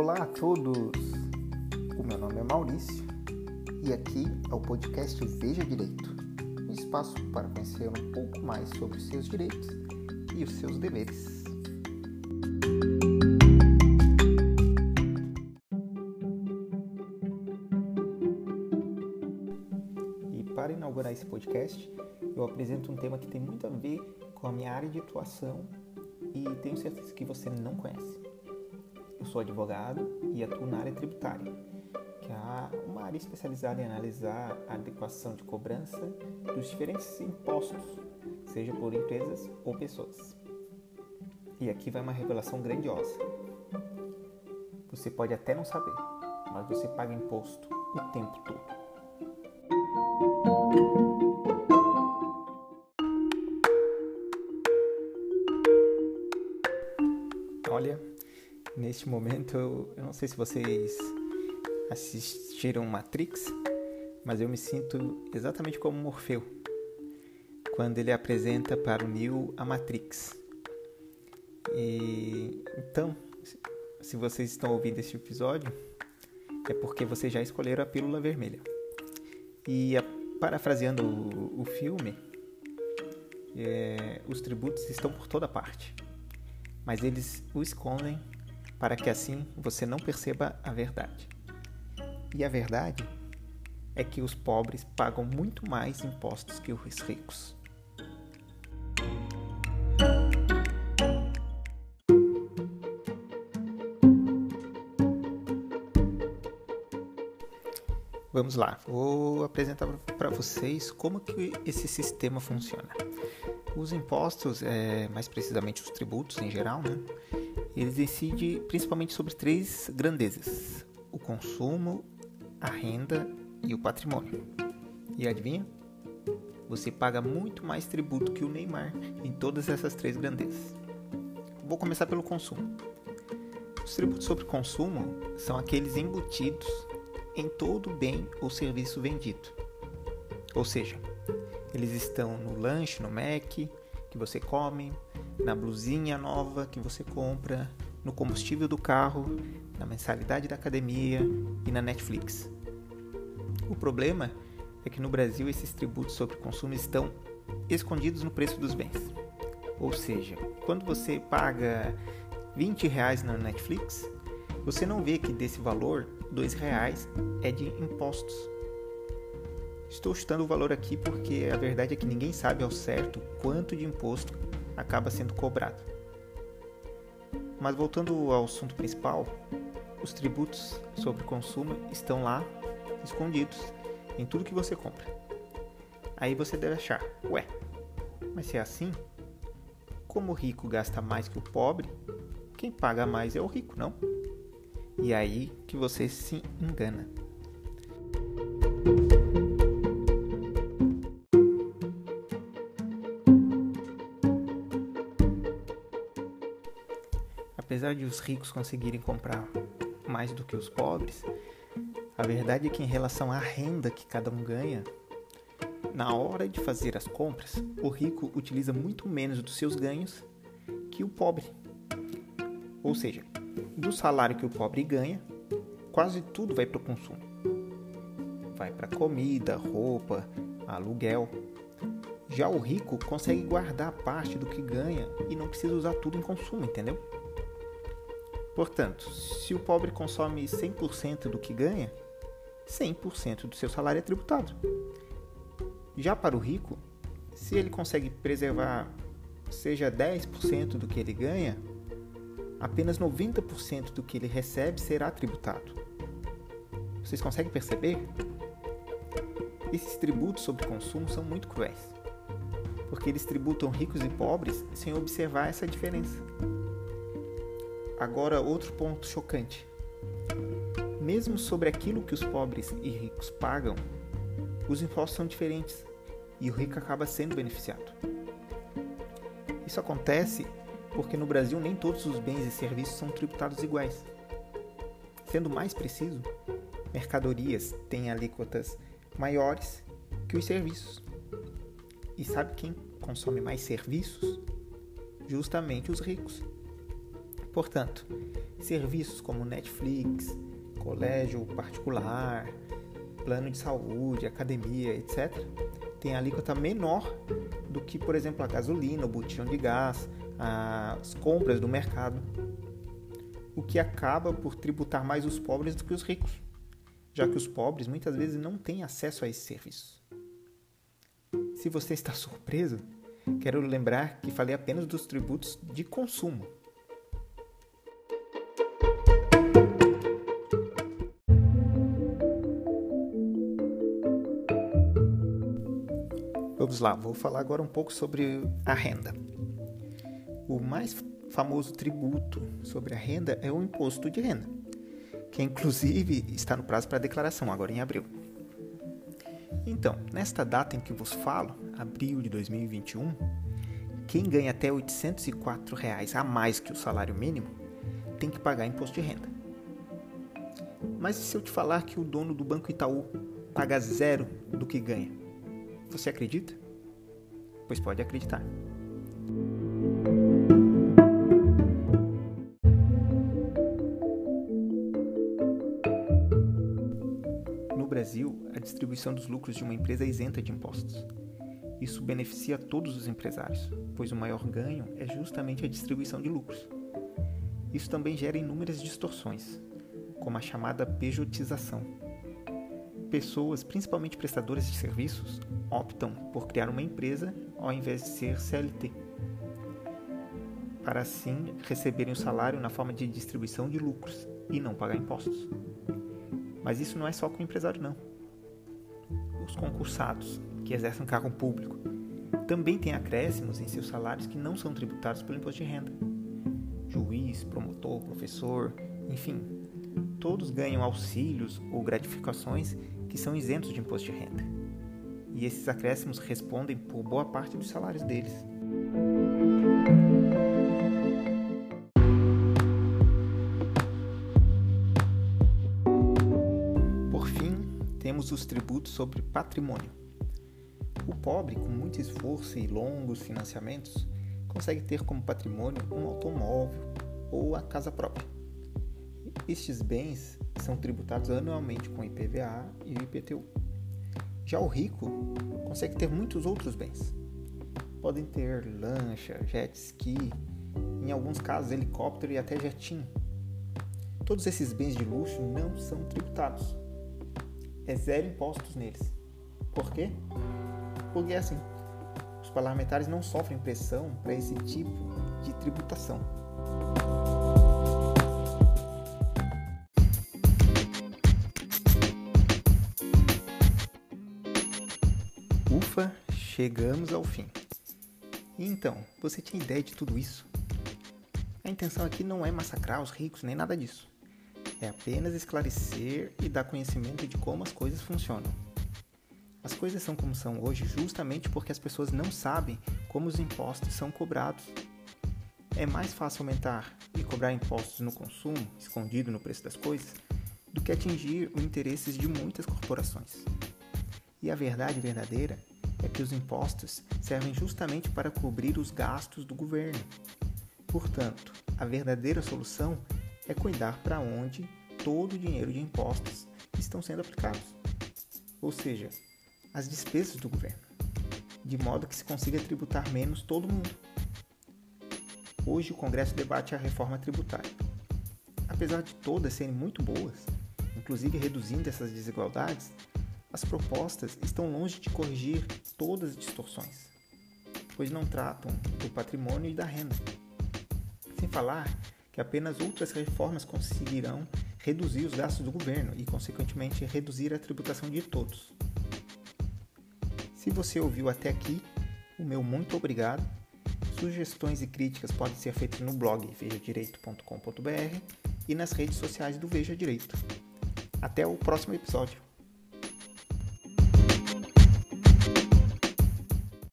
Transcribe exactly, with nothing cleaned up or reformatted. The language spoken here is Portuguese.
Olá a todos! O meu nome é Maurício e aqui é o podcast Veja Direito, um espaço para conhecer um pouco mais sobre os seus direitos e os seus deveres. E para inaugurar esse podcast, eu apresento um tema que tem muito a ver com a minha área de atuação e tenho certeza que você não conhece. Eu sou advogado e atuo na área tributária, que é uma área especializada em analisar a adequação de cobrança dos diferentes impostos, seja por empresas ou pessoas. E aqui vai uma revelação grandiosa. Você pode até não saber, mas você paga imposto o tempo todo. Olha, neste momento, eu, eu não sei se vocês assistiram Matrix, mas eu me sinto exatamente como Morfeu, quando ele apresenta para o Neo a Matrix. E, então, se vocês estão ouvindo este episódio, é porque vocês já escolheram a pílula vermelha. E, a, parafraseando o, o filme, é, os tributos estão por toda parte, mas eles o escondem para que assim você não perceba a verdade. E a verdade é que os pobres pagam muito mais impostos que os ricos. Vamos lá, vou apresentar para vocês como que esse sistema funciona. Os impostos, é, mais precisamente os tributos em geral, né? Eles incidem principalmente sobre três grandezas: o consumo, a renda e o patrimônio. E adivinha? Você paga muito mais tributo que o Neymar em todas essas três grandezas. Vou começar pelo consumo. Os tributos sobre consumo são aqueles embutidos em todo bem ou serviço vendido. Ou seja, eles estão no lanche, no Mac, que você come, na blusinha nova que você compra, no combustível do carro, na mensalidade da academia e na Netflix. O problema é que no Brasil esses tributos sobre consumo estão escondidos no preço dos bens. Ou seja, quando você paga vinte reais na Netflix, você não vê que desse valor, dois reais é de impostos. Estou chutando o valor aqui porque a verdade é que ninguém sabe ao certo quanto de imposto acaba sendo cobrado. Mas voltando ao assunto principal, os tributos sobre consumo estão lá, escondidos, em tudo que você compra. Aí você deve achar, ué, mas se é assim, como o rico gasta mais que o pobre, quem paga mais é o rico, não? E aí que você se engana. Apesar de os ricos conseguirem comprar mais do que os pobres, a verdade é que em relação à renda que cada um ganha, na hora de fazer as compras, o rico utiliza muito menos dos seus ganhos que o pobre. Ou seja, do salário que o pobre ganha, quase tudo vai para o consumo. Vai para comida, roupa, aluguel. Já o rico consegue guardar parte do que ganha e não precisa usar tudo em consumo, entendeu? Portanto, se o pobre consome cem por cento do que ganha, cem por cento do seu salário é tributado. Já para o rico, se ele consegue preservar, seja dez por cento do que ele ganha, apenas noventa por cento do que ele recebe será tributado. Vocês conseguem perceber? Esses tributos sobre consumo são muito cruéis, porque eles tributam ricos e pobres sem observar essa diferença. Agora, outro ponto chocante. Mesmo sobre aquilo que os pobres e ricos pagam, os impostos são diferentes e o rico acaba sendo beneficiado. Isso acontece porque no Brasil nem todos os bens e serviços são tributados iguais. Sendo mais preciso, mercadorias têm alíquotas maiores que os serviços. E sabe quem consome mais serviços? Justamente os ricos. Portanto, serviços como Netflix, colégio particular, plano de saúde, academia, etcétera, têm alíquota menor do que, por exemplo, a gasolina, o botijão de gás, as compras do mercado, o que acaba por tributar mais os pobres do que os ricos, já que os pobres muitas vezes não têm acesso a esses serviços. Se você está surpreso, quero lembrar que falei apenas dos tributos de consumo. Vamos lá, vou falar agora um pouco sobre a renda. O mais famoso tributo sobre a renda é o imposto de renda, que inclusive está no prazo para declaração, agora em abril. Então, nesta data em que vos falo, abril de dois mil e vinte e um, quem ganha até oitocentos e quatro reais a mais que o salário mínimo tem que pagar imposto de renda. Mas e se eu te falar que o dono do Banco Itaú paga zero do que ganha? Você acredita? Pois pode acreditar. No Brasil, a distribuição dos lucros de uma empresa é isenta de impostos. Isso beneficia todos os empresários, pois o maior ganho é justamente a distribuição de lucros. Isso também gera inúmeras distorções, como a chamada pejotização. Pessoas, principalmente prestadores de serviços, optam por criar uma empresa ao invés de ser C L T, para assim receberem o salário na forma de distribuição de lucros e não pagar impostos. Mas isso não é só com o empresário, não. Os concursados, que exercem um cargo público, também têm acréscimos em seus salários que não são tributados pelo imposto de renda. Juiz, promotor, professor, enfim, todos ganham auxílios ou gratificações que são isentos de imposto de renda. E esses acréscimos respondem por boa parte dos salários deles. Por fim, temos os tributos sobre patrimônio. O pobre, com muito esforço e longos financiamentos, consegue ter como patrimônio um automóvel ou a casa própria. Estes bens são tributados anualmente com I P V A e I P T U. Já o rico consegue ter muitos outros bens. Podem ter lancha, jet ski, em alguns casos helicóptero e até jetinho. Todos esses bens de luxo não são tributados. É zero impostos neles. Por quê? Porque é assim, os parlamentares não sofrem pressão para esse tipo de tributação. Ufa, chegamos ao fim. E então, você tinha ideia de tudo isso? A intenção aqui não é massacrar os ricos nem nada disso. É apenas esclarecer e dar conhecimento de como as coisas funcionam. As coisas são como são hoje justamente porque as pessoas não sabem como os impostos são cobrados. É mais fácil aumentar e cobrar impostos no consumo, escondido no preço das coisas, do que atingir os interesses de muitas corporações. E a verdade verdadeira é que os impostos servem justamente para cobrir os gastos do governo. Portanto, a verdadeira solução é cuidar para onde todo o dinheiro de impostos estão sendo aplicados. Ou seja, as despesas do governo, de modo que se consiga tributar menos todo mundo. Hoje o Congresso debate a reforma tributária. Apesar de todas serem muito boas, inclusive reduzindo essas desigualdades, as propostas estão longe de corrigir todas as distorções, pois não tratam do patrimônio e da renda. Sem falar que apenas outras reformas conseguirão reduzir os gastos do governo e, consequentemente, reduzir a tributação de todos. Se você ouviu até aqui, o meu muito obrigado. Sugestões e críticas podem ser feitas no blog veja direito ponto com ponto b r e nas redes sociais do Veja Direito. Até o próximo episódio.